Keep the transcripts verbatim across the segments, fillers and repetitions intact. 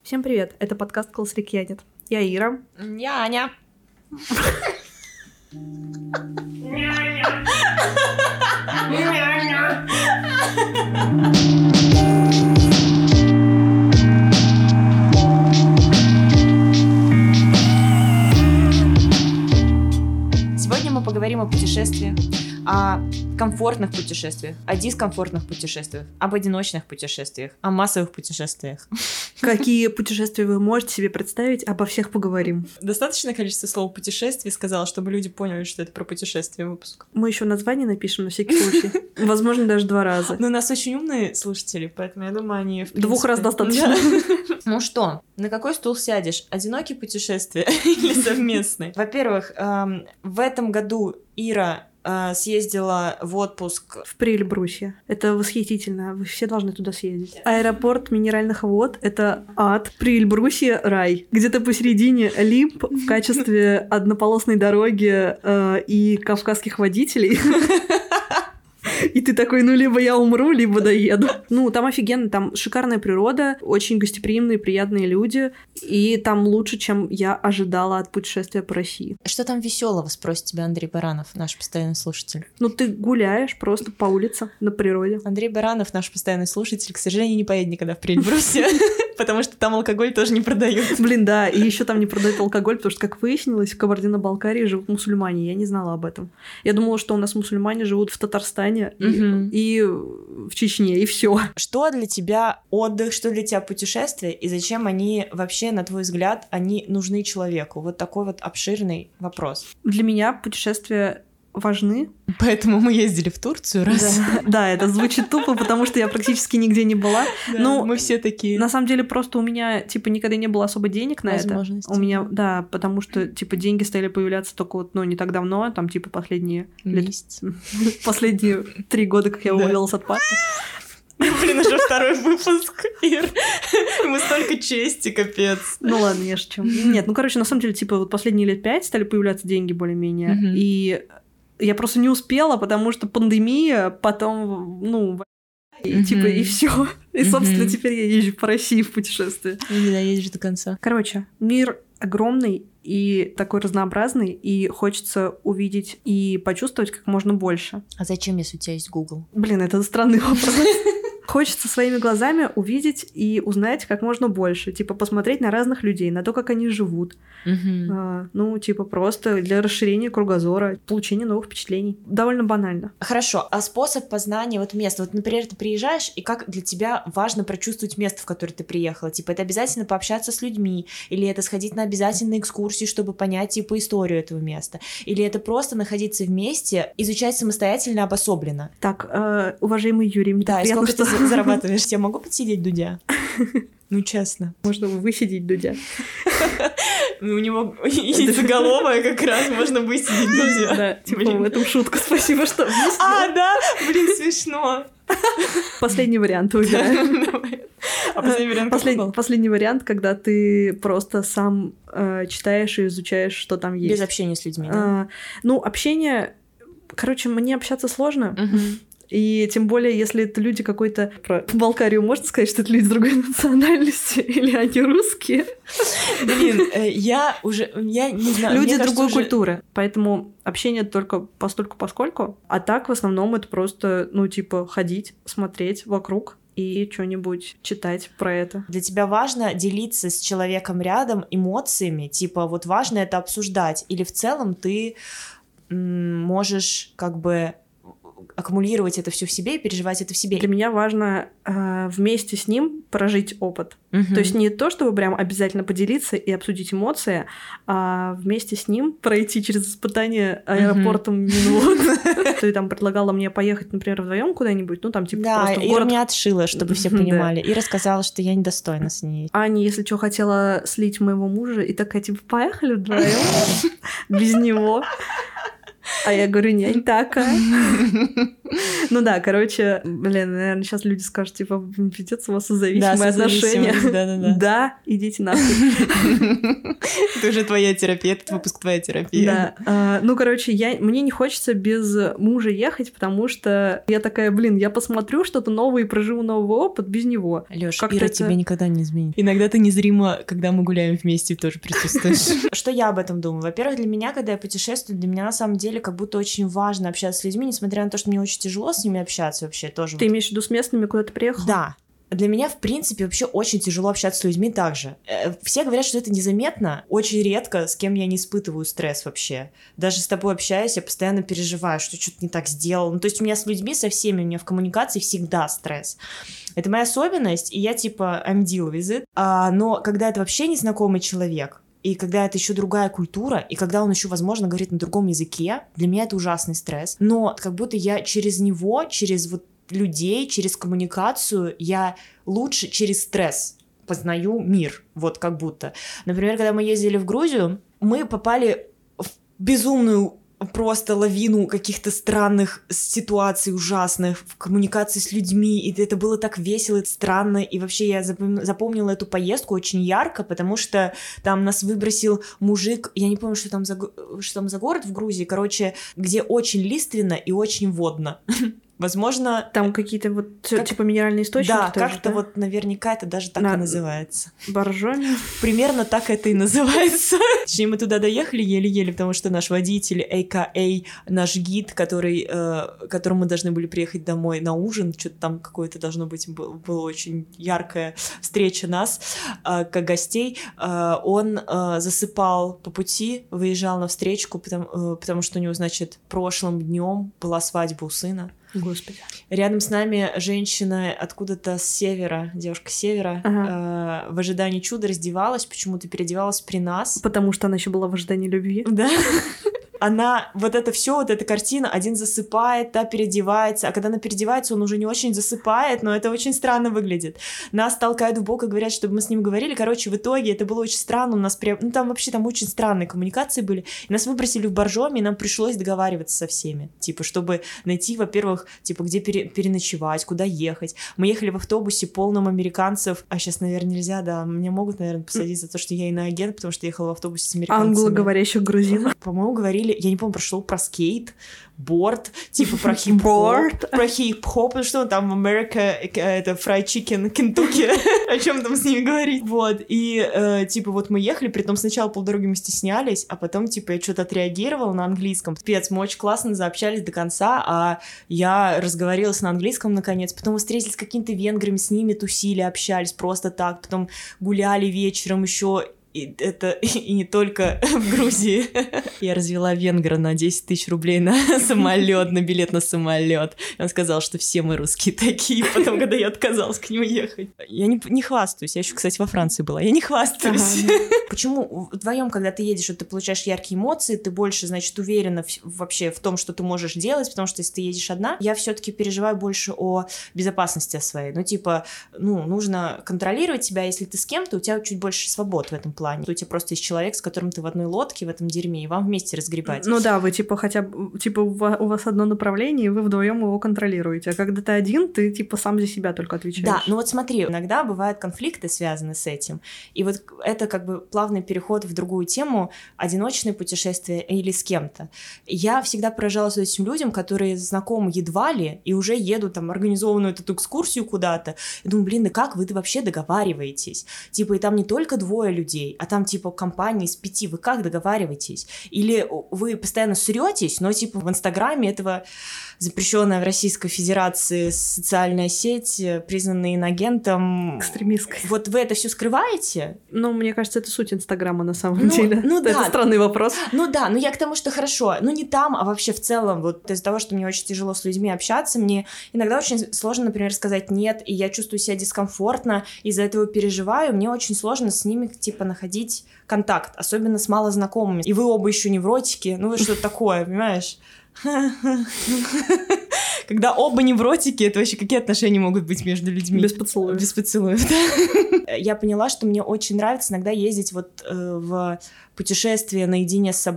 Всем привет, это подкаст «Колосрикьянет». Я Ира. Я Аня. Сегодня мы поговорим о путешествиях, о комфортных путешествиях, о дискомфортных путешествиях, об одиночных путешествиях, о массовых путешествиях. Какие путешествия вы можете себе представить, обо всех поговорим. Достаточное количество слов «путешествий» сказала, чтобы люди поняли, что это про путешествие выпуск. Мы еще название напишем на всякий случай. Возможно, даже два раза. Но у нас очень умные слушатели, поэтому я думаю, они... в принципе... Двух раз достаточно. Ну что, на какой стул сядешь? Одинокие путешествия или совместные? Во-первых, в этом году Ира съездила в отпуск в Прильбрусье. Это восхитительно. Вы все должны туда съездить. Аэропорт минеральных вод — это ад. Прильбрусье — рай. Где-то посередине Олимп в качестве однополосной дороги э, и кавказских водителей. И ты такой, ну, либо я умру, либо доеду. Ну, там офигенно, там шикарная природа, очень гостеприимные, приятные люди, и там лучше, чем я ожидала от путешествия по России. Что там веселого, спросит тебя Андрей Баранов, наш постоянный слушатель? Ну, ты гуляешь просто по улице на природе. Андрей Баранов, наш постоянный слушатель, к сожалению, не поедет никогда в Прильбрусье, потому что там алкоголь тоже не продают. Блин, да, и еще там не продают алкоголь, потому что, как выяснилось, в Кабардино-Балкарии живут мусульмане. Я не знала об этом. Я думала, что у нас мусульмане живут в Татарстане и, угу. и в Чечне, и все. Что для тебя отдых, что для тебя путешествия, и зачем они вообще, на твой взгляд, они нужны человеку? Вот такой вот обширный вопрос. Для меня путешествия важны. Поэтому мы ездили в Турцию раз. Да, да, это звучит тупо, потому что я практически нигде не была. Да, ну, мы все такие. На самом деле, просто у меня, типа, никогда не было особо денег на это. У меня, да, потому что, типа, деньги стали появляться только вот, ну, не так давно, там, типа, последние... Месяц. Последние три года, как я уволилась от папы. Блин, уже второй выпуск, Ир. Мы столько чести, капец. Ну ладно, я шучу. Нет, ну, короче, на самом деле, типа, вот последние лет пять стали появляться деньги более-менее, и... Я просто не успела, потому что пандемия, потом, ну, и mm-hmm. типа, и все. И, собственно, mm-hmm. теперь я езжу по России в путешествие. И не доедешь до конца. Короче, мир огромный и такой разнообразный, и хочется увидеть и почувствовать как можно больше. А зачем, если у тебя есть Google? Блин, это странный вопрос. Хочется своими глазами увидеть и узнать как можно больше. Типа, посмотреть на разных людей, на то, как они живут. Mm-hmm. А, ну, типа, просто для расширения кругозора, получения новых впечатлений. Довольно банально. Хорошо. А способ познания вот места? Вот, например, ты приезжаешь, и как для тебя важно прочувствовать место, в которое ты приехала? Типа, это обязательно пообщаться с людьми? Или это сходить на обязательные экскурсии, чтобы понять, типа, историю этого места? Или это просто находиться вместе, изучать самостоятельно, обособленно? Так, э, уважаемый Юрий, мне да, приятно, сколько что... ты зарабатываешь? Я могу подсидеть Дудя? Ну, честно. Можно высидеть Дудя. У него яйцеголовая как раз, можно высидеть Дудя. Да, типа в этом шутка, спасибо, что объяснил. А, да? Блин, смешно. Последний вариант выбираем. А последний вариант какой был? Последний вариант, когда ты просто сам читаешь и изучаешь, что там есть. Без общения с людьми, да? Ну, общение... Короче, мне общаться сложно. И тем более, если это люди какой-то... Про Балкарию можно сказать, что это люди другой национальности? Или они русские? Блин, я уже... Я не знаю. Люди другой культуры. Поэтому общение только постольку-поскольку. А так, в основном, это просто, ну, типа, ходить, смотреть вокруг и что-нибудь читать про это. Для тебя важно делиться с человеком рядом эмоциями? Типа, вот важно это обсуждать? Или в целом ты м- можешь как бы... аккумулировать это все в себе и переживать это в себе. Для меня важно э, вместе с ним прожить опыт. Uh-huh. То есть не то, чтобы прям обязательно поделиться и обсудить эмоции, а вместе с ним пройти через испытание аэропортом uh-huh. Минвод. Ты там предлагала мне поехать, например, вдвоем куда-нибудь, ну там типа да, просто в Ира город. меня отшила, чтобы все понимали, и рассказала, что я недостойна с ней. Аня, если что, хотела слить моего мужа, и такая, типа, поехали вдвоем без него. А я говорю, не такая. Ну да, короче, блин, наверное, сейчас люди скажут, типа, пиздец, у вас созависимые отношения. Да-да-да. Да, идите нахуй. Это уже твоя терапия, этот выпуск твоя терапия. Да. Ну, короче, я мне не хочется без мужа ехать, потому что я такая, блин, я посмотрю что-то новое и проживу новый опыт без него. Лёш, Ира тебя никогда не изменит. Иногда ты незримо, когда мы гуляем вместе, тоже присутствуешь. Что я об этом думаю? Во-первых, для меня, когда я путешествую, для меня на самом деле как будто очень важно общаться с людьми, несмотря на то, что мне очень тяжело с ними общаться вообще тоже. Ты имеешь в виду с местными, куда ты приехал? Да. Для меня, в принципе, вообще очень тяжело общаться с людьми также. Все говорят, что это незаметно. Очень редко с кем я не испытываю стресс вообще. Даже с тобой общаюсь, я постоянно переживаю, что что-то не так сделал. Ну, то есть у меня с людьми, со всеми, у меня в коммуникации всегда стресс. Это моя особенность, и я типа I'm deal with it. А, но когда это вообще незнакомый человек, и когда это еще другая культура, и когда он еще, возможно, говорит на другом языке, для меня это ужасный стресс. Но как будто я через него, через вот людей, через коммуникацию, я лучше через стресс познаю мир, вот как будто. Например, когда мы ездили в Грузию, мы попали в безумную просто лавину каких-то странных ситуаций ужасных в коммуникации с людьми, и это было так весело и странно, и вообще я запом... запомнила эту поездку очень ярко, потому что там нас выбросил мужик, я не помню, что там за, что там за город в Грузии, короче, где очень лиственно и очень водно. Возможно... Там какие-то вот, как... типа, минеральные источники Да, тоже, как-то да? Вот наверняка это даже так На... и называется. Боржоми? Примерно так это и называется. Точнее, мы туда доехали еле-еле, потому что наш водитель, а ка а наш гид, который, э, которому мы должны были приехать домой на ужин, что-то там какое-то должно быть, было, было очень яркая встреча нас, э, как гостей, э, он э, засыпал по пути, выезжал на встречку, потому, э, потому что у него, значит, прошлым днем была свадьба у сына. Господи. Рядом с нами женщина откуда-то с севера, девушка с севера, ага. э, в ожидании чуда раздевалась, почему-то переодевалась при нас. Потому что она еще была в ожидании любви. Да. Она, вот это все, вот эта картина, один засыпает, та переодевается, а когда она переодевается, он уже не очень засыпает, но это очень странно выглядит. Нас толкают в бок и говорят, чтобы мы с ним говорили. Короче, в итоге это было очень странно, у нас прям, ну там вообще там очень странные коммуникации были. И нас выбросили в Боржоми, и нам пришлось договариваться со всеми, типа, чтобы найти, во-первых, типа, где пере- переночевать, куда ехать. Мы ехали в автобусе полном американцев, а сейчас, наверное, нельзя, да, меня могут, наверное, посадить за то, что я иноагент, потому что ехала в автобусе с американцами. Англоговорящих грузинов. По-моему, говорили, я не помню, прошел про скейт, борд, типа про хип-хоп, про хип-хоп, что там в Америке, это fried chicken, Кентукки, о чем там с ними говорить, вот, и, э, типа, вот мы ехали, притом сначала полдороги мы стеснялись, а потом, типа, я что-то отреагировала на английском, спец, мы очень классно заобщались до конца, а я разговорилась на английском, наконец, потом мы встретились с какими-то венграми, с ними тусили, общались просто так, потом гуляли вечером еще. И это и не только в Грузии. Я развела венгра на десять тысяч рублей на самолет, на билет на самолет. Он сказал, что все мы русские такие. Потом, когда я отказалась к нему ехать. Я не, не хвастаюсь. Я еще, кстати, во Франции была. Я не хвастаюсь. Ага. Почему вдвоем, когда ты едешь, вот ты получаешь яркие эмоции, ты больше, значит, уверена в, вообще в том, что ты можешь делать, потому что если ты едешь одна, я все-таки переживаю больше о безопасности своей. Ну, типа, ну, нужно контролировать себя. Если ты с кем-то, у тебя чуть больше свобод в этом плане. У тебя просто есть человек, с которым ты в одной лодке в этом дерьме, и вам вместе разгребать. Ну да, вы типа хотя бы, типа у вас одно направление, и вы вдвоем его контролируете. А когда ты один, ты типа сам за себя только отвечаешь. Да, ну вот смотри, иногда бывают конфликты, связанные с этим. И вот это как бы плавный переход в другую тему, одиночное путешествие или с кем-то. Я всегда поражалась этим людям, которые знакомы едва ли, и уже едут там организованную эту экскурсию куда-то. Я думаю, блин, да как вы вообще договариваетесь? Типа, и там не только двое людей, а там, типа, компания из пяти, вы как договариваетесь? Или вы постоянно срётесь, но, типа, в Инстаграме этого запрещенная в Российской Федерации социальная сеть, признанная иноагентом... Экстремистской. Вот вы это все скрываете? Ну, мне кажется, это суть Инстаграма на самом ну, деле. Ну да. Это странный вопрос. Ну да, ну я к тому, что хорошо. Ну не там, а вообще в целом. Вот из-за того, что мне очень тяжело с людьми общаться, мне иногда очень сложно, например, сказать «нет», и я чувствую себя дискомфортно, из-за этого переживаю. Мне очень сложно с ними, типа, находить контакт, особенно с малознакомыми. И вы оба еще невротики, ну что-то такое, понимаешь? Когда оба невротики, это вообще какие отношения могут быть между людьми? Без поцелуев. Без поцелуев, да. Я поняла, что мне очень нравится иногда ездить вот э, в путешествие наедине с собой,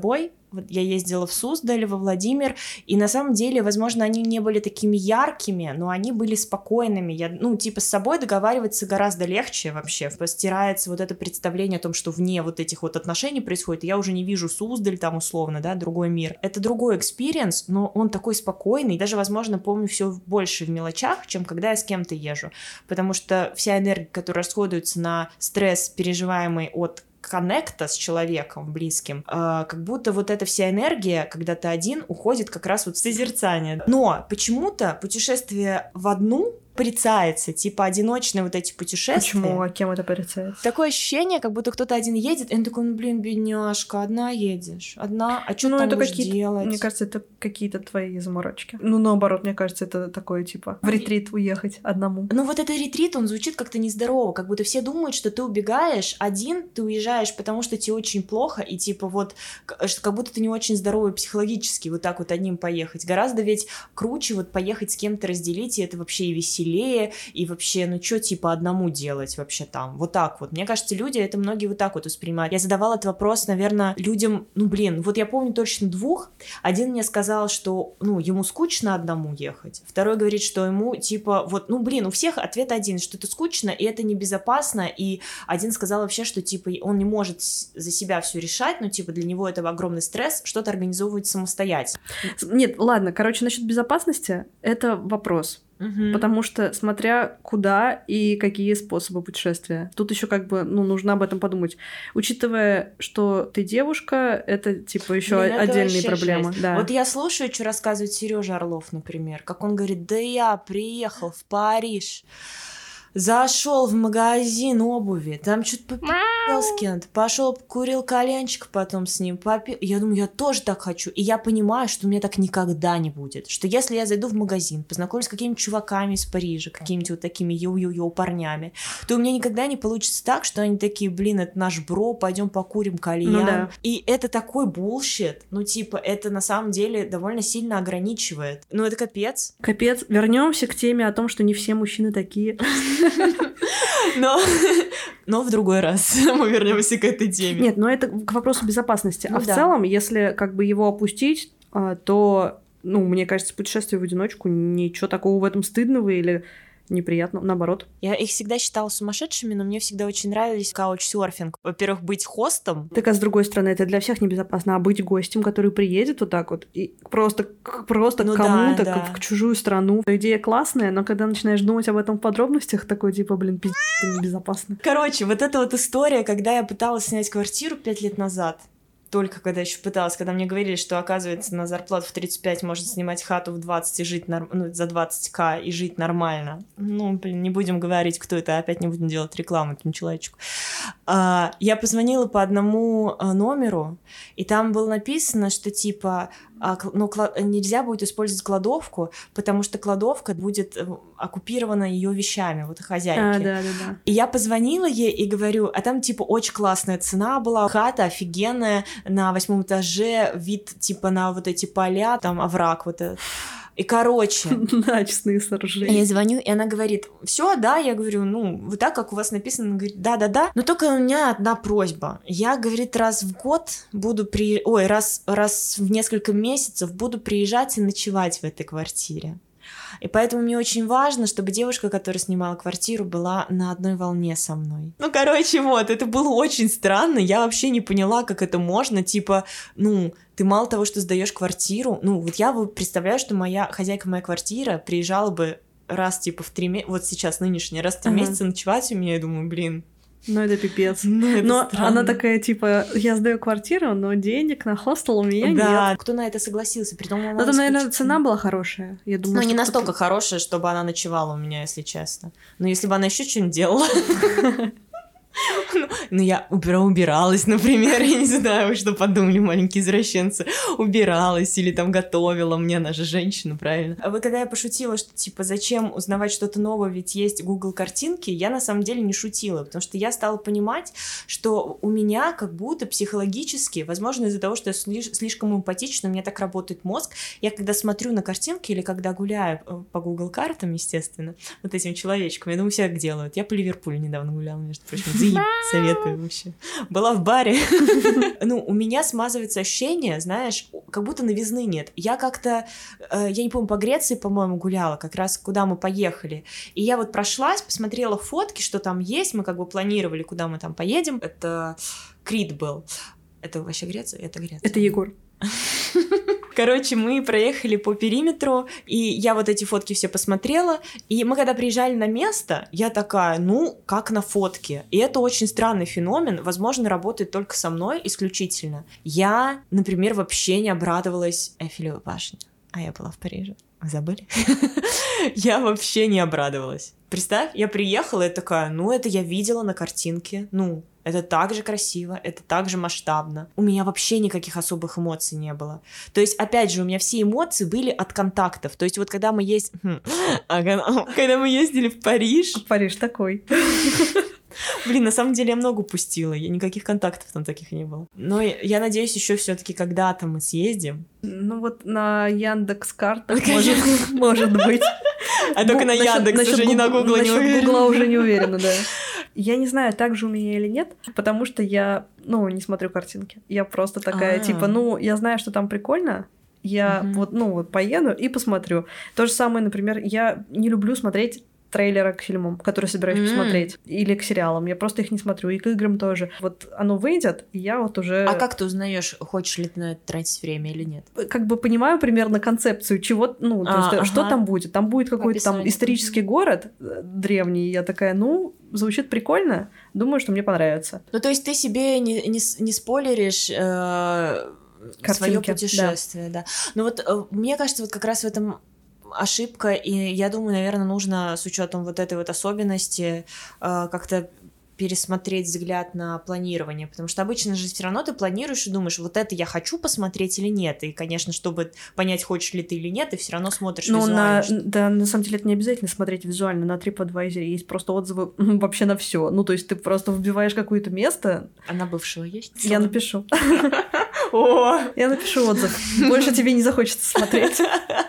Вот я ездила в Суздаль, во Владимир, и на самом деле, возможно, они не были такими яркими, но они были спокойными. Я, ну, типа, с собой договариваться гораздо легче вообще. Стирается вот это представление о том, что вне вот этих вот отношений происходит, и я уже не вижу Суздаль там условно, да, другой мир. Это другой экспириенс, но он такой спокойный, даже, возможно, помню все больше в мелочах, чем когда я с кем-то езжу. Потому что вся энергия, которая расходуется на стресс, переживаемый от коннекта с человеком близким, э, как будто вот эта вся энергия, когда ты один, уходит как раз вот в созерцание. Но почему-то путешествие в одну порицается, типа одиночные вот эти путешествия. Почему? А кем это порицается? Такое ощущение, как будто кто-то один едет, и он такой, ну, блин, бедняжка, одна едешь, одна, а что ну, там это будешь какие-то, делать? Мне кажется, это какие-то твои заморочки. Ну, наоборот, мне кажется, это такое, типа, в ретрит уехать одному. Ну, вот этот ретрит, он звучит как-то нездорово, как будто все думают, что ты убегаешь один, ты уезжаешь, потому что тебе очень плохо, и типа вот, как будто ты не очень здоровый психологически, вот так вот одним поехать. Гораздо ведь круче вот поехать с кем-то разделить, и это вообще и веселее, и вообще, ну что, типа, одному делать вообще там? Вот так вот. Мне кажется, люди, это многие вот так вот воспринимают. Я задавала этот вопрос, наверное, людям, ну, блин, вот я помню точно двух. Один мне сказал, что, ну, ему скучно одному ехать. Второй говорит, что ему, типа, вот, ну, блин, у всех ответ один, что это скучно, и это небезопасно. И один сказал вообще, что, типа, он не может за себя все решать, но, типа, для него это огромный стресс, что-то организовывать самостоятельно. Нет, ладно, короче, насчет безопасности, это вопрос. Угу. Потому что смотря куда и какие способы путешествия. Тут еще как бы, ну, нужно об этом подумать. Учитывая, что ты девушка, это типа еще Блин, это отдельные проблемы. Да. Вот я слушаю, что рассказывает Сережа Орлов, например, как он говорит, да я приехал в Париж, зашел в магазин обуви, там что-то попил с кем-то, пошел курил коленчик потом с ним, попил. Я думаю, я тоже так хочу. И я понимаю, что у меня так никогда не будет. Что если я зайду в магазин, познакомлюсь с какими-нибудь чуваками из Парижа, какими-нибудь вот такими йоу-йоу-йоу парнями, то у меня никогда не получится так, что они такие, блин, это наш бро, пойдем покурим кальян. Ну, да. И это такой булшит. Ну, типа, это на самом деле довольно сильно ограничивает. Ну, это капец. Капец. Вернемся к теме о том, что не все мужчины такие. Но, но в другой раз мы вернемся к этой теме. Нет, но это к вопросу безопасности. Ну, а в да. целом, если как бы его опустить, то, ну, мне кажется, путешествие в одиночку, ничего такого в этом стыдного или неприятного, наоборот. Я их всегда считала сумасшедшими, но мне всегда очень нравились каучсерфинг. Во-первых, быть хостом. Так, а с другой стороны, это для всех небезопасно. А быть гостем, который приедет вот так вот, и просто, просто Ну к кому-то, да, да. к- в чужую страну. Идея классная, но когда начинаешь думать об этом в подробностях, такой типа, блин, пиздец, это небезопасно. Короче, вот эта вот история, когда я пыталась снять квартиру пять лет назад, только когда еще пыталась, когда мне говорили, что, оказывается, на зарплату в тридцать пять можно снимать хату в двадцать и жить норм... ну, за двадцать тысяч и жить нормально. Ну, блин, не будем говорить, кто это, опять не будем делать рекламу этому человечку. А, я позвонила по одному а, номеру, и там было написано, что типа а, кл- ну, кла- нельзя будет использовать кладовку, потому что кладовка будет э, оккупирована ее вещами, вот хозяйки. А, да, да, да. И я позвонила ей и говорю, а там, типа, очень классная цена была, хата офигенная, на восьмом этаже, вид, типа, на вот эти поля, там, овраг вот этот. И, короче... Начесные сооружения. Я звоню, и она говорит, все, да, я говорю, ну, вот так, как у вас написано, она говорит, да-да-да, но только у меня одна просьба. Я, говорит, раз в год буду при... Ой, раз, раз в несколько месяцев буду приезжать и ночевать в этой квартире. И поэтому мне очень важно, чтобы девушка, которая снимала квартиру, была на одной волне со мной. Ну, короче, вот, это было очень странно. Я вообще не поняла, как это можно. Типа, ну, ты мало того, что сдаешь квартиру. Ну, вот я вот представляю, что моя хозяйка моей квартиры приезжала бы раз, типа, в три месяца, вот сейчас нынешняя, раз в три Ага. месяца ночевать у меня. Я думаю, блин. Ну, это пипец. Ну, это Но странно. она такая, типа, я сдаю квартиру, но денег на хостел у меня Да, нет. кто на это согласился? Притом она Ну, там, наверное, исключительно- цена была хорошая. Я думаю, Ну, что не кто-то- настолько хорошая, чтобы она ночевала у меня, если честно. Но если бы она еще что-нибудь делала... Ну, ну, я убира- убиралась, например, я не знаю, что подумали маленькие извращенцы. Убиралась или там готовила, мне, она же женщина, правильно? А вы, когда я пошутила, что, типа, зачем узнавать что-то новое, ведь есть Google картинки, я на самом деле не шутила, потому что я стала понимать, что у меня как будто психологически, возможно, из-за того, что я слиш- слишком эмпатична, у меня так работает мозг, я когда смотрю на картинки или когда гуляю э, по Google картам, естественно, вот этим человечком, я думаю, все так делают. Я по Ливерпулю недавно гуляла, между прочим, Бери, советую вообще. Была в баре. Ну, у меня смазывается ощущение, знаешь, как будто новизны нет. Я как-то, я не помню, по Греции, по-моему, гуляла, как раз куда мы поехали. И я вот прошлась, посмотрела фотки, что там есть, мы как бы планировали, куда мы там поедем. Это Крит был. Это вообще Греция? Это Греция. Это Егор. Короче, мы проехали по периметру, и я вот эти фотки все посмотрела, и мы когда приезжали на место, я такая, ну, как на фотке. И это очень странный феномен, возможно, работает только со мной исключительно. Я, например, вообще не обрадовалась Эйфелевой башне, а я была в Париже. Вы забыли? Я вообще не обрадовалась. Представь, я приехала и такая, ну, это я видела на картинке, ну, это так же красиво, это так же масштабно. У меня вообще никаких особых эмоций не было. То есть, опять же, у меня все эмоции были от контактов. То есть, вот когда мы есть... Когда мы ездили в Париж... Париж такой. Блин, на самом деле я много упустила, я никаких контактов там таких не было. Но я надеюсь, еще все-таки когда-то мы съездим. Ну вот на Яндекс.Картах может, может быть. А только на Яндекс, уже не на Гугл, не уверена. Насчёт Гугла уже не уверена, да. Я не знаю, так же у меня или нет, потому что я, ну, не смотрю картинки. Я просто такая, типа, ну, я знаю, что там прикольно, я вот, ну, вот поеду и посмотрю. То же самое, например, я не люблю смотреть трейлеры к фильмам, которые собираюсь mm. посмотреть, или к сериалам. Я просто их не смотрю, и к играм тоже. Вот оно выйдет, и я вот уже... А как ты узнаешь, хочешь ли ты на это тратить время или нет? Как бы понимаю примерно концепцию, чего, ну, то а, есть, ага. что там будет. Там будет какой-то Описание. Там исторический город древний, и я такая, ну, звучит прикольно, думаю, что мне понравится. Ну, то есть ты себе не, не, не спойлеришь... Э... свое путешествие, да. да. Ну вот э, мне кажется, вот как раз в этом ошибка, и я думаю, наверное, нужно с учетом вот этой вот особенности э, как-то пересмотреть взгляд на планирование, потому что обычно же все равно ты планируешь и думаешь, вот это я хочу посмотреть или нет, и, конечно, чтобы понять, хочешь ли ты или нет, ты все равно смотришь ну, визуально. На, да, на самом деле это не обязательно смотреть визуально, на TripAdvisor есть просто отзывы вообще на все. Ну, то есть ты просто вбиваешь какое-то место. А на бывшего есть? Я напишу. О, я напишу отзыв. Больше тебе не захочется смотреть.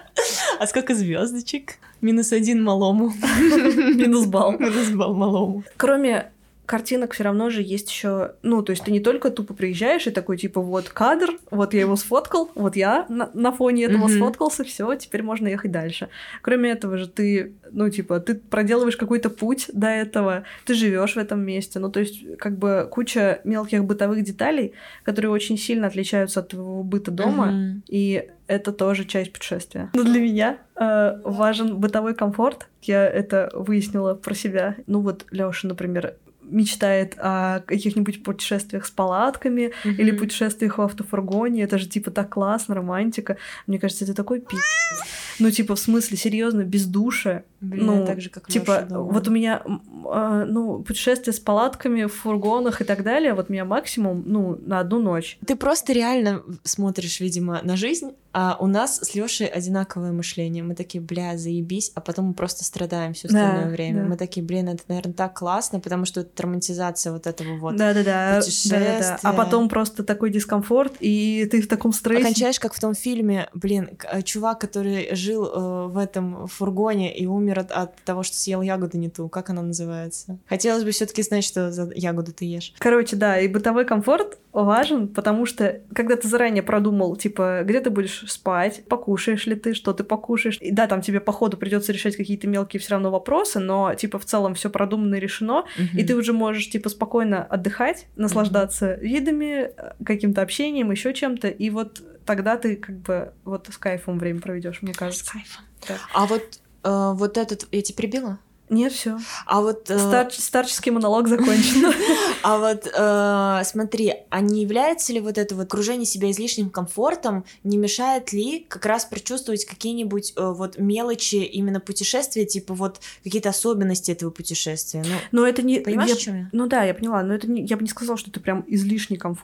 А сколько звездочек? Минус один малому. Минус балл. Минус балл малому. Кроме картинок все равно же есть еще, ну, то есть ты не только тупо приезжаешь и такой, типа, вот кадр, вот я его сфоткал, вот я на, на фоне этого mm-hmm. сфоткался, все, теперь можно ехать дальше. Кроме этого же ты, ну, типа, ты проделываешь какой-то путь до этого, ты живешь в этом месте, ну, то есть как бы куча мелких бытовых деталей, которые очень сильно отличаются от твоего быта дома, mm-hmm. и это тоже часть путешествия. Но для меня э, важен бытовой комфорт. Я это выяснила про себя. Ну вот Лёша, например, мечтает о каких-нибудь путешествиях с палатками mm-hmm. или путешествиях в автофургоне. Это же типа так классно, романтика. Мне кажется, это такой пи***. Ну типа в смысле, серьезно, без душа. Блин, ну, так же, как типа, вот у меня, э, ну, путешествия с палатками в фургонах и так далее, вот у меня максимум, ну, на одну ночь. Ты просто реально смотришь, видимо, на жизнь, а у нас с Лёшей одинаковое мышление. Мы такие, бля, заебись, а потом мы просто страдаем все остальное да, время. Да. Мы такие, блин, это, наверное, так классно, потому что это романтизация вот этого вот да-да-да, путешествия. Да-да-да. А потом просто такой дискомфорт, и ты в таком стрессе. Окончаешь, как в том фильме, блин, чувак, который жил э, в этом фургоне и умер От, от того, что съел ягоду не ту. Как она называется? Хотелось бы все-таки знать, что за ягоду ты ешь. Короче, да, и бытовой комфорт важен, потому что когда ты заранее продумал, типа, где ты будешь спать, покушаешь ли ты, что ты покушаешь. И да, там тебе по ходу придется решать какие-то мелкие все равно вопросы, но типа в целом все продумано и решено, uh-huh. и ты уже можешь типа спокойно отдыхать, наслаждаться uh-huh. видами, каким-то общением, еще чем-то, и вот тогда ты как бы вот с кайфом время проведешь, мне кажется. С кайфом. Да. А вот Uh, вот этот... Я тебя перебила? Нет, все. А вот... Uh... Стар... Старческий монолог закончен. А вот uh, смотри, а не является ли вот это вот окружение себя излишним комфортом, не мешает ли как раз прочувствовать какие-нибудь uh, вот мелочи именно путешествия, типа вот какие-то особенности этого путешествия? Ну, но это не... Понимаешь, я... о чём я? Ну да, я поняла, но это не... я бы не сказала, что это прям излишний комфорт.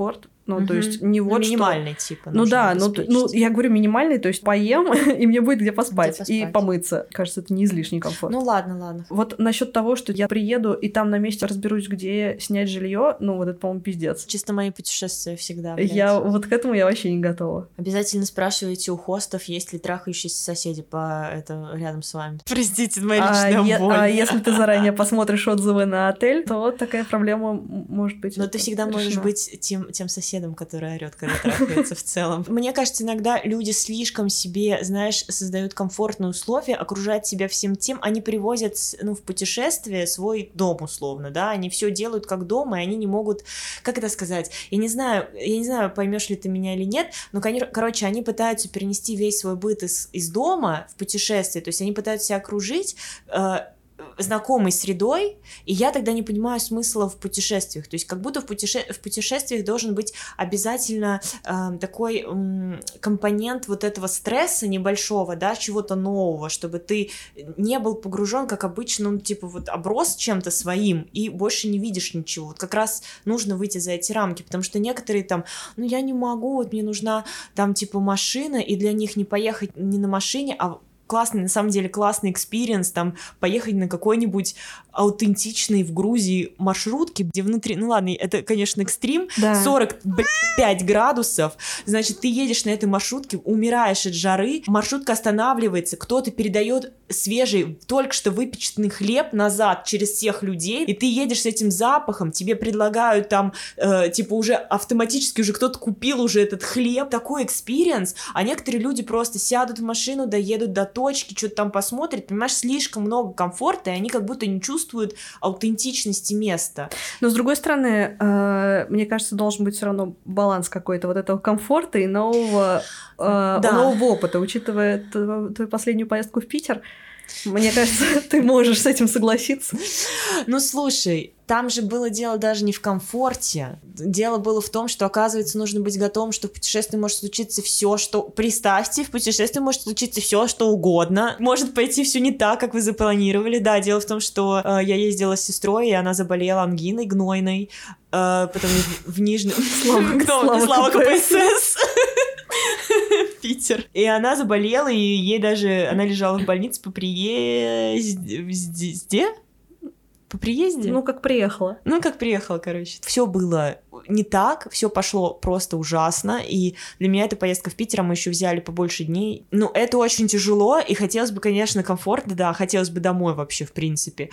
Ну, угу. то есть не вот ну, минимальный, что... типа. Ну да, ну, ну я говорю минимальный, то есть поем, и мне будет где поспать, где поспать и помыться. Кажется, это не излишний комфорт. Ну ладно, ладно. Вот насчет того, что я приеду и там на месте разберусь, где снять жилье, ну вот это, по-моему, пиздец. Чисто мои путешествия всегда, блядь. Я вот к этому я вообще не готова. Обязательно спрашивайте у хостов, есть ли трахающиеся соседи по это рядом с вами. Простите, моя личная а, боль. Е- а если ты заранее посмотришь отзывы на отель, то такая проблема может быть. Но ты всегда решена. можешь быть тем, тем соседом, который орёт, когда трахается в целом. Мне кажется, иногда люди слишком себе, знаешь, создают комфортные условия, окружают себя всем тем, они привозят, ну, в путешествие свой дом, условно, да, они все делают как дома, и они не могут, как это сказать, я не знаю, я не знаю, поймешь ли ты меня или нет, но, короче, они пытаются перенести весь свой быт из, из дома в путешествие, то есть они пытаются себя окружить э, знакомой средой, и я тогда не понимаю смысла в путешествиях, то есть как будто в, путеше... в путешествиях должен быть обязательно э, такой э, компонент вот этого стресса небольшого, да, чего-то нового, чтобы ты не был погружен, как обычно, ну, типа вот оброс чем-то своим и больше не видишь ничего. Вот как раз нужно выйти за эти рамки, потому что некоторые там, ну, я не могу, вот мне нужна там типа машина, и для них не поехать не на машине, а классный, на самом деле, классный экспириенс, там, поехать на какой-нибудь аутентичный в Грузии маршрутке, где внутри, ну ладно, это, конечно, экстрим, да. сорок пять градусов, значит, ты едешь на этой маршрутке, умираешь от жары, маршрутка останавливается, кто-то передает свежий, только что выпеченный хлеб назад через всех людей, и ты едешь с этим запахом, тебе предлагают там, э, типа, уже автоматически уже кто-то купил уже этот хлеб, такой экспириенс, а некоторые люди просто сядут в машину, доедут до точки, что-то там посмотрят, понимаешь, слишком много комфорта, и они как будто не чувствуют аутентичности места. Но, с другой стороны, э, мне кажется, должен быть все равно баланс какой-то вот этого комфорта и нового, э, да. нового опыта, учитывая твою, твою последнюю поездку в Питер. Мне кажется, ты можешь с этим согласиться. Ну, слушай, там же было дело даже не в комфорте. Дело было в том, что, оказывается, нужно быть готовым, что в путешествии может случиться все, что... Представьте, в путешествии может случиться все, что угодно. Может пойти все не так, как вы запланировали. Да, дело в том, что э, я ездила с сестрой, и она заболела ангиной гнойной. Э, потом в Нижнем... Слава КПСС! Питер. И она заболела, и ей даже... Она лежала в больнице по приезде... По приезде? Ну, как приехала. Ну, как приехала, короче. Все было не так, все пошло просто ужасно, и для меня эта поездка в Питер, мы еще взяли побольше дней. Ну, это очень тяжело, и хотелось бы, конечно, комфортно, да, хотелось бы домой вообще, в принципе.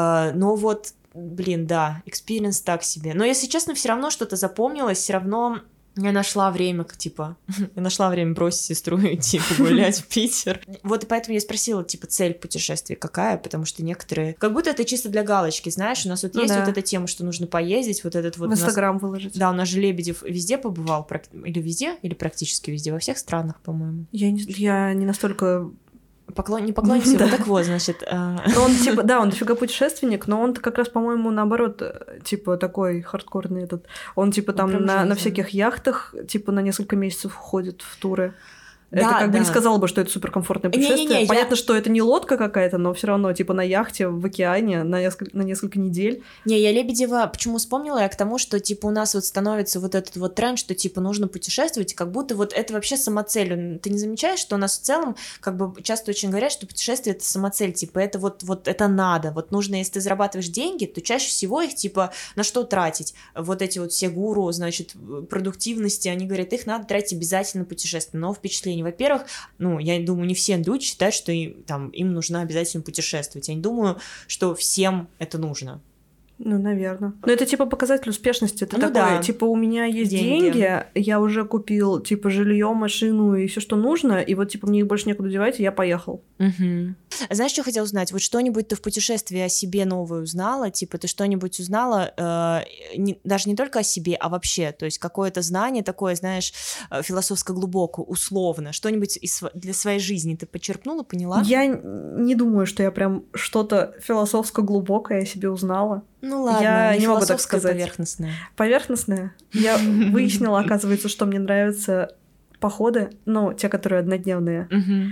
Но вот, блин, да, экспириенс так себе. Но, если честно, все равно что-то запомнилось, все равно... Я нашла время, типа, я нашла время бросить сестру и идти погулять в Питер. Вот и поэтому я спросила, типа, цель путешествия какая, потому что некоторые... Как будто это чисто для галочки, знаешь, у нас вот ну есть да. вот эта тема, что нужно поездить, вот этот вот... В Инстаграм нас... выложить. Да, у нас же Лебедев везде побывал, или везде, или практически везде, во всех странах, по-моему. Я не, я не настолько... Поклон... Не поклонница, да. Вот так вот, значит... Э... Он, типа, да, он дофига путешественник, но он как раз, по-моему, наоборот, типа, такой хардкорный этот. Он, типа, там он на, на всяких яхтах, типа, на несколько месяцев ходит в туры. Это да, как да. бы не сказала бы, что это суперкомфортное путешествие. Не, не, не, Понятно, я... что это не лодка какая-то, но все равно, типа, на яхте в океане на несколько, на несколько недель. Не, я Лебедева почему вспомнила? Я к тому, что, типа, у нас вот становится вот этот вот тренд, что, типа, нужно путешествовать, и как будто вот это вообще самоцель. Ты не замечаешь, что у нас в целом, как бы, часто очень говорят, что путешествие — это самоцель, типа, это вот, вот это надо. Вот нужно, если ты зарабатываешь деньги, то чаще всего их, типа, на что тратить? Вот эти вот все гуру, значит, продуктивности, они говорят, их надо тратить обязательно на путешествие, но впечатление. Во-первых, ну, я думаю, не все люди считают, что им, там, им нужно обязательно путешествовать. Я не думаю, что всем это нужно. Ну, наверное. Но это, типа, показатель успешности. Это ну, такое, да. типа, у меня есть деньги. деньги, я уже купил, типа, жилье, машину и все, что нужно, и вот, типа, мне их больше некуда девать, и я поехал. Угу. Знаешь, что хотела узнать? Вот что-нибудь ты в путешествии о себе новое узнала? Типа, ты что-нибудь узнала, э, не, даже не только о себе, а вообще? То есть какое-то знание такое, знаешь, философско-глубокое, условно. Что-нибудь из, для своей жизни ты почерпнула, поняла? Я не думаю, что я прям что-то философско-глубокое о себе узнала. Ну ладно, я не, не могу так сказать. Поверхностная. Поверхностная? Я выяснила, оказывается, что мне нравятся походы, ну, те, которые однодневные.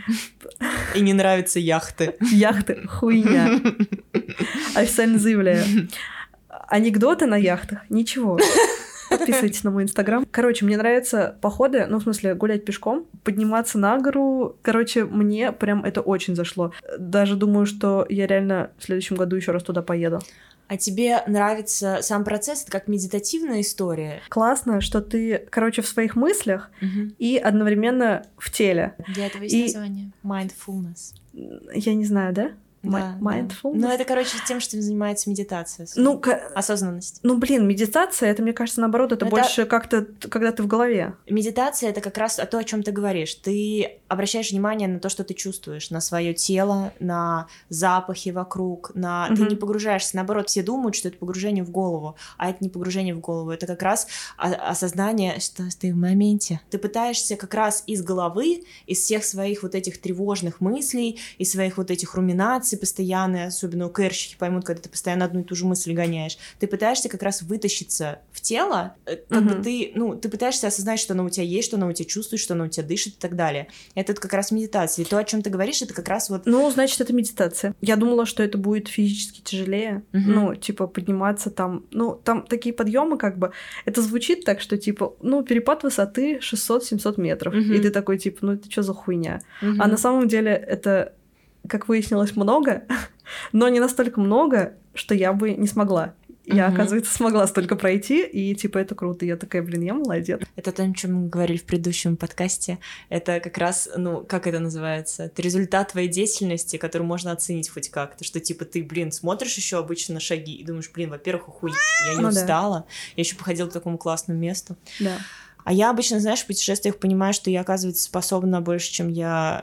И не нравятся яхты. Яхты — хуйня. Официально заявляю. Анекдоты на яхтах — ничего. Подписывайтесь на мой инстаграм. Короче, мне нравятся походы, ну, в смысле, гулять пешком, подниматься на гору. Короче, мне прям это очень зашло. Даже думаю, что я реально в следующем году еще раз туда поеду. А тебе нравится сам процесс? Это как медитативная история? Классно, что ты, короче, в своих мыслях угу. и одновременно в теле. Для этого есть и... название. Mindfulness. Я не знаю, да? Да, Mindfulness. Да. Ну, это, короче, тем, что занимается медитация. Ну, осознанность. Ну, блин, медитация, это, мне кажется, наоборот, это, это больше как-то, когда ты в голове. Медитация — это как раз то, о чем ты говоришь. Ты обращаешь внимание на то, что ты чувствуешь, на свое тело, на запахи вокруг, на... Mm-hmm. Ты не погружаешься, наоборот, все думают, что это погружение в голову, а это не погружение в голову, это как раз осознание, что ты в моменте. Ты пытаешься как раз из головы, из всех своих вот этих тревожных мыслей, из своих вот этих руминаций постоянные, особенно у кэрщики поймут, когда ты постоянно одну и ту же мысль гоняешь, ты пытаешься как раз вытащиться в тело, как mm-hmm. бы ты, ну, ты пытаешься осознать, что оно у тебя есть, что оно у тебя чувствует, что оно у тебя дышит и так далее. Это как раз медитация. И то, о чем ты говоришь, это как раз вот... Ну, значит, это медитация. Я думала, что это будет физически тяжелее, mm-hmm. ну, типа, подниматься там, ну, там такие подъемы, как бы, это звучит так, что, типа, ну, перепад высоты шестьсот-семьсот метров, mm-hmm. и ты такой, типа, ну, это что за хуйня? Mm-hmm. А на самом деле это... как выяснилось, много, но не настолько много, что я бы не смогла. Я, uh-huh. оказывается, смогла столько пройти, и, типа, это круто. Я такая, блин, я молодец. Это то, о чем мы говорили в предыдущем подкасте. Это как раз, ну, как это называется? Это результат твоей деятельности, который можно оценить хоть как-то. Что, типа, ты, блин, смотришь еще обычно на шаги и думаешь, блин, во-первых, охуеть, я не ну, устала. Да. Я еще походила к такому классному месту. Да. А я обычно, знаешь, в путешествиях понимаю, что я, оказывается, способна больше, чем я...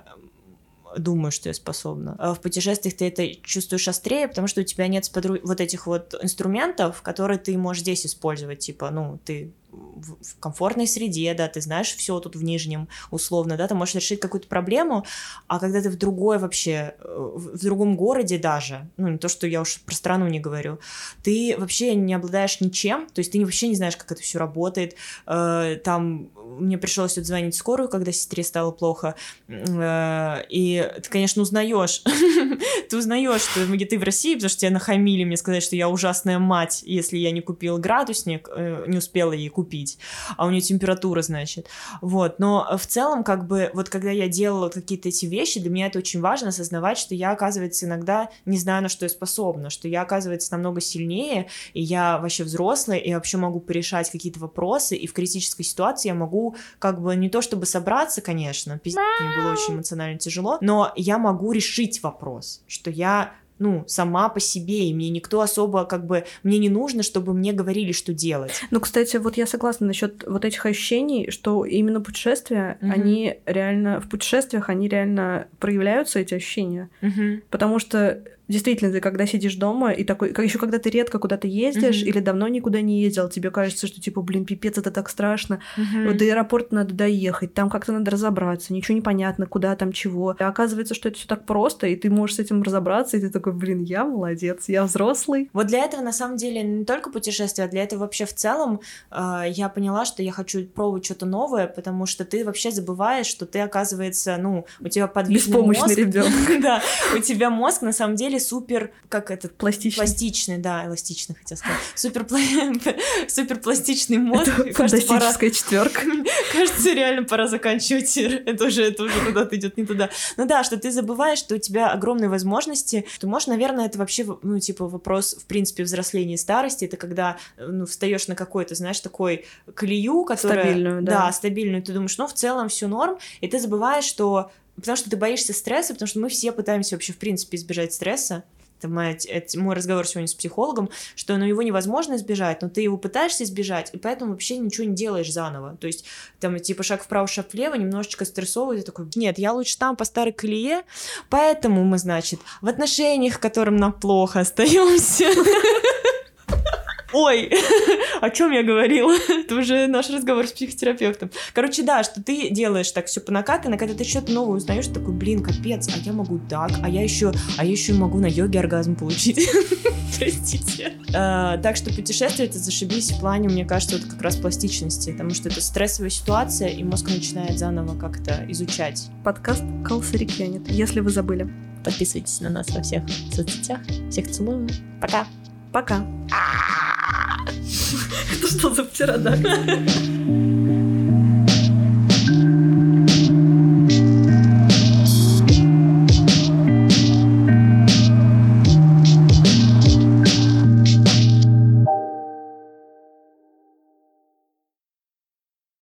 думаю, что я способна. В путешествиях ты это чувствуешь острее, потому что у тебя нет подру... вот этих вот инструментов, которые ты можешь здесь использовать. Типа, ну, ты в комфортной среде, да, ты знаешь все тут в Нижнем, условно, да, ты можешь решить какую-то проблему, а когда ты в другой вообще, в другом городе даже, ну, не то, что я уж про страну не говорю, ты вообще не обладаешь ничем, то есть ты вообще не знаешь, как это все работает, там мне пришлось вот звонить в скорую, когда сестре стало плохо, и ты, конечно, узнаешь, ты узнаешь, что ты в России, потому что тебя нахамили, мне сказали, что я ужасная мать, если я не купила градусник, не успела ей купить, купить, а у нее температура, значит. Вот, но в целом, как бы, вот когда я делала какие-то эти вещи, для меня это очень важно осознавать, что я, оказывается, иногда не знаю, на что я способна, что я, оказывается, намного сильнее, и я вообще взрослая, и вообще могу порешать какие-то вопросы, и в критической ситуации я могу, как бы, не то чтобы собраться, конечно, пиздец, мне было очень эмоционально тяжело, но я могу решить вопрос, что я ну, сама по себе, и мне никто особо, как бы, мне не нужно, чтобы мне говорили, что делать. Ну, кстати, вот я согласна насчет вот этих ощущений, что именно путешествия, mm-hmm. они реально, в путешествиях они реально проявляются, эти ощущения, mm-hmm. потому что действительно, ты когда сидишь дома, и такой, еще когда ты редко куда-то ездишь, mm-hmm. или давно никуда не ездил, тебе кажется, что, типа, блин, пипец, это так страшно, mm-hmm. вот до аэропорта надо доехать, там как-то надо разобраться, ничего не понятно, куда там, чего. А оказывается, что это все так просто, и ты можешь с этим разобраться, и ты такой, блин, я молодец, я взрослый. Вот для этого, на самом деле, не только путешествия, а для этого вообще в целом э, я поняла, что я хочу пробовать что-то новое, потому что ты вообще забываешь, что ты, оказывается, ну, у тебя подвижный мозг. Беспомощный ребенок. Да, у тебя мозг, на самом деле, супер, как этот... Пластичный. Пластичный, да, эластичный, хотела сказать. Супер, супер пластичный мозг. Это фантастическая четверка. Кажется, реально пора заканчивать. Это уже, это уже куда-то идет не туда. Ну да, что ты забываешь, что у тебя огромные возможности. Ты можешь, наверное, это вообще, ну, типа, вопрос, в принципе, взросления и старости. Это когда, ну, встаешь на какой-то, знаешь, такой колею, которая... Стабильную, да. Да, стабильную. Ты думаешь, ну, в целом все норм, и ты забываешь, что... Потому что ты боишься стресса, потому что мы все пытаемся вообще, в принципе, избежать стресса. Это мой, это мой разговор сегодня с психологом, что ну, его невозможно избежать, но ты его пытаешься избежать, и поэтому вообще ничего не делаешь заново. То есть, там, типа, шаг вправо, шаг влево, немножечко стрессовый, ты такой, нет, я лучше там по старой колее, поэтому мы, значит, в отношениях, которым нам плохо, остаемся. Ой, о чем я говорила? Это уже наш разговор с психотерапевтом. Короче, да, что ты делаешь так все по накатанной, когда ты что-то новое узнаешь, такой, блин, капец, а я могу так, а я еще, а я еще могу на йоге оргазм получить. Простите. А, так что путешествие — это зашибись в плане, мне кажется, вот как раз пластичности, потому что это стрессовая ситуация, и мозг начинает заново как-то изучать. Подкаст «Калса Реквианит», если вы забыли. Подписывайтесь на нас во всех соцсетях. Всех целую. Пока. Пока. Это что за птеродактиль?